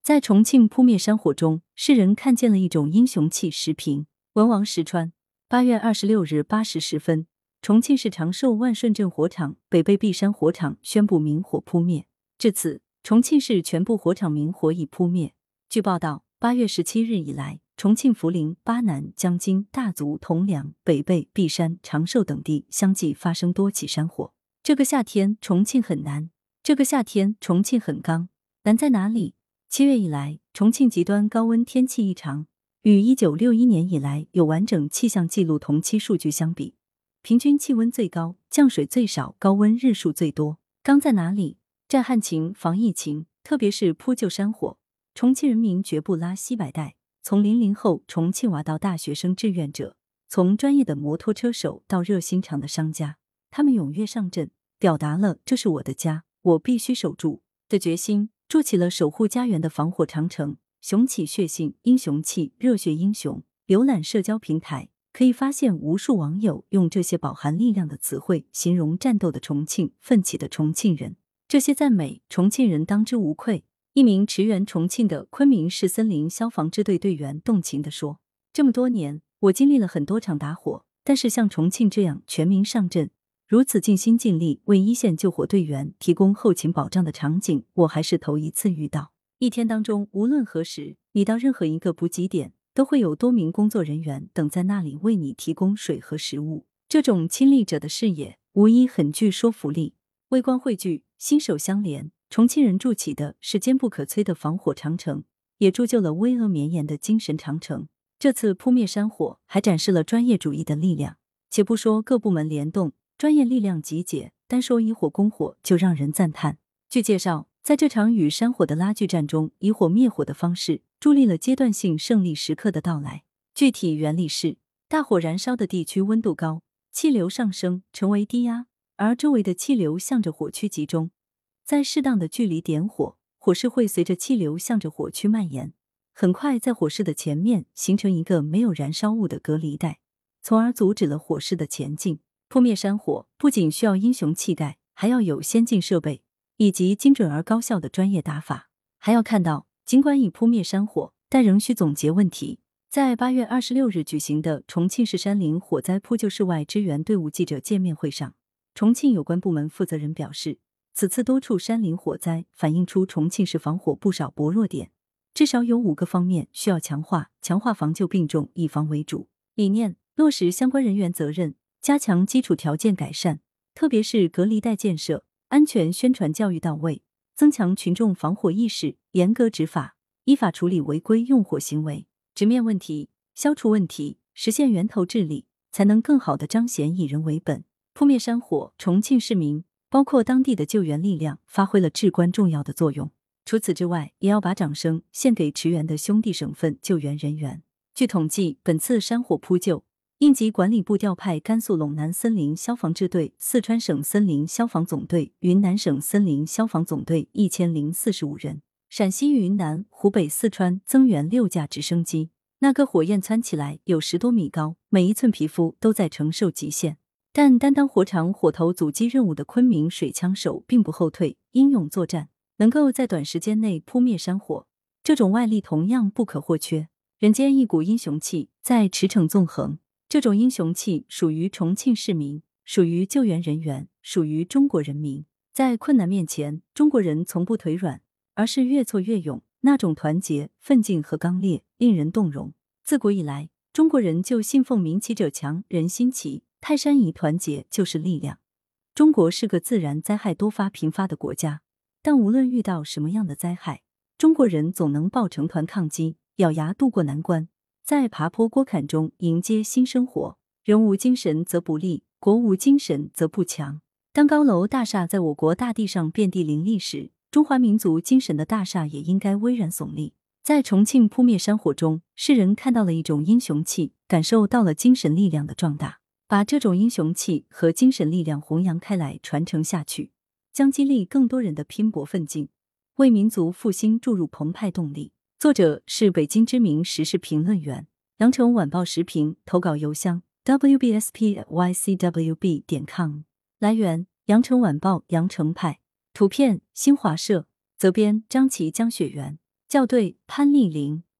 在重庆扑灭山火中，世人看见了一种英雄气。时评：文王石川。8月26日8时10分，重庆市长寿万顺镇火场北碚璧山火场宣布明火扑灭。至此，重庆市全部火场明火已扑灭。据报道，8月17日以来，重庆涪陵、巴南、江津、大足、铜梁、北碚、璧山、长寿等地相继发生多起山火。这个夏天重庆很难，这个夏天重庆很刚，难在哪里？7月以来，重庆极端高温天气异常，与1961年以来有完整气象记录同期数据相比，平均气温最高，降水最少，高温日数最多。刚在哪里？战旱情、防疫情，特别是扑救山火，重庆人民绝不拉稀摆带。从00后重庆娃到大学生志愿者，从专业的摩托车手到热心肠的商家，他们踊跃上阵，表达了这是我的家，我必须守住的决心，筑起了守护家园的防火长城。雄起血性、英雄气、热血英雄。浏览社交平台，可以发现无数网友用这些饱含力量的词汇形容战斗的重庆、奋起的重庆人。这些赞美，重庆人当之无愧。一名驰援重庆的昆明市森林消防支队队员动情地说：“这么多年，我经历了很多场打火，但是像重庆这样全民上阵，如此尽心尽力为一线救火队员提供后勤保障的场景，我还是头一次遇到。一天当中，无论何时，你到任何一个补给点，都会有多名工作人员等在那里为你提供水和食物。这种亲历者的视野，无疑很具说服力。微观汇聚，心手相连。重庆人筑起的是坚不可摧的防火长城，也铸就了巍峨绵延的精神长城。这次扑灭山火还展示了专业主义的力量。且不说各部门联动，专业力量集结，单说以火攻火就让人赞叹。据介绍，在这场与山火的拉锯战中，以火灭火的方式助力了阶段性胜利时刻的到来。具体原理是，大火燃烧的地区温度高，气流上升，成为低压，而周围的气流向着火区集中。在适当的距离点火，火势会随着气流向着火区蔓延，很快在火势的前面形成一个没有燃烧物的隔离带，从而阻止了火势的前进。扑灭山火不仅需要英雄气概，还要有先进设备以及精准而高效的专业打法。还要看到，尽管已扑灭山火，但仍需总结问题。在8月26日举行的重庆市山林火灾扑救室外支援队伍记者见面会上，重庆有关部门负责人表示，此次多处山林火灾反映出重庆市防火不少薄弱点，至少有5个方面需要强化防救并重，以防为主。理念：落实相关人员责任，加强基础条件改善，特别是隔离带建设，安全宣传教育到位，增强群众防火意识，严格执法，依法处理违规用火行为。直面问题，消除问题，实现源头治理，才能更好地彰显以人为本。扑灭山火，重庆市民包括当地的救援力量发挥了至关重要的作用。除此之外，也要把掌声献给驰援的兄弟省份救援人员。据统计，本次山火扑救，应急管理部调派甘肃陇南森林消防支队、四川省森林消防总队、云南省森林消防总队1045人，陕西、云南、湖北、四川增援6架直升机。那个火焰蹿起来有10多米高，每一寸皮肤都在承受极限。但担当火场火头阻击任务的昆明水枪手并不后退，英勇作战，能够在短时间内扑灭山火，这种外力同样不可或缺。人间一股英雄气在驰骋纵横，这种英雄气属于重庆市民，属于救援人员，属于中国人民。在困难面前，中国人从不腿软，而是越挫越勇，那种团结、奋进和刚烈令人动容。自古以来，中国人就信奉民齐者强，人心齐，泰山一团结就是力量。中国是个自然灾害多发频发的国家，但无论遇到什么样的灾害，中国人总能抱成团抗击，咬牙渡过难关，在爬坡锅坎中迎接新生活。人无精神则不立，国无精神则不强。当高楼大厦在我国大地上遍地林立时，中华民族精神的大厦也应该巍然耸立。在重庆扑灭山火中，世人看到了一种英雄气，感受到了精神力量的壮大。把这种英雄气和精神力量弘扬开来，传承下去，将激励更多人的拼搏奋进，为民族复兴注入澎湃动力。作者是北京知名时事评论员，羊城晚报时评，投稿邮箱 wbspycwb.com。 来源：羊城晚报羊城派，图片：新华社，责编：张琪、江雪源。 校对潘丽玲。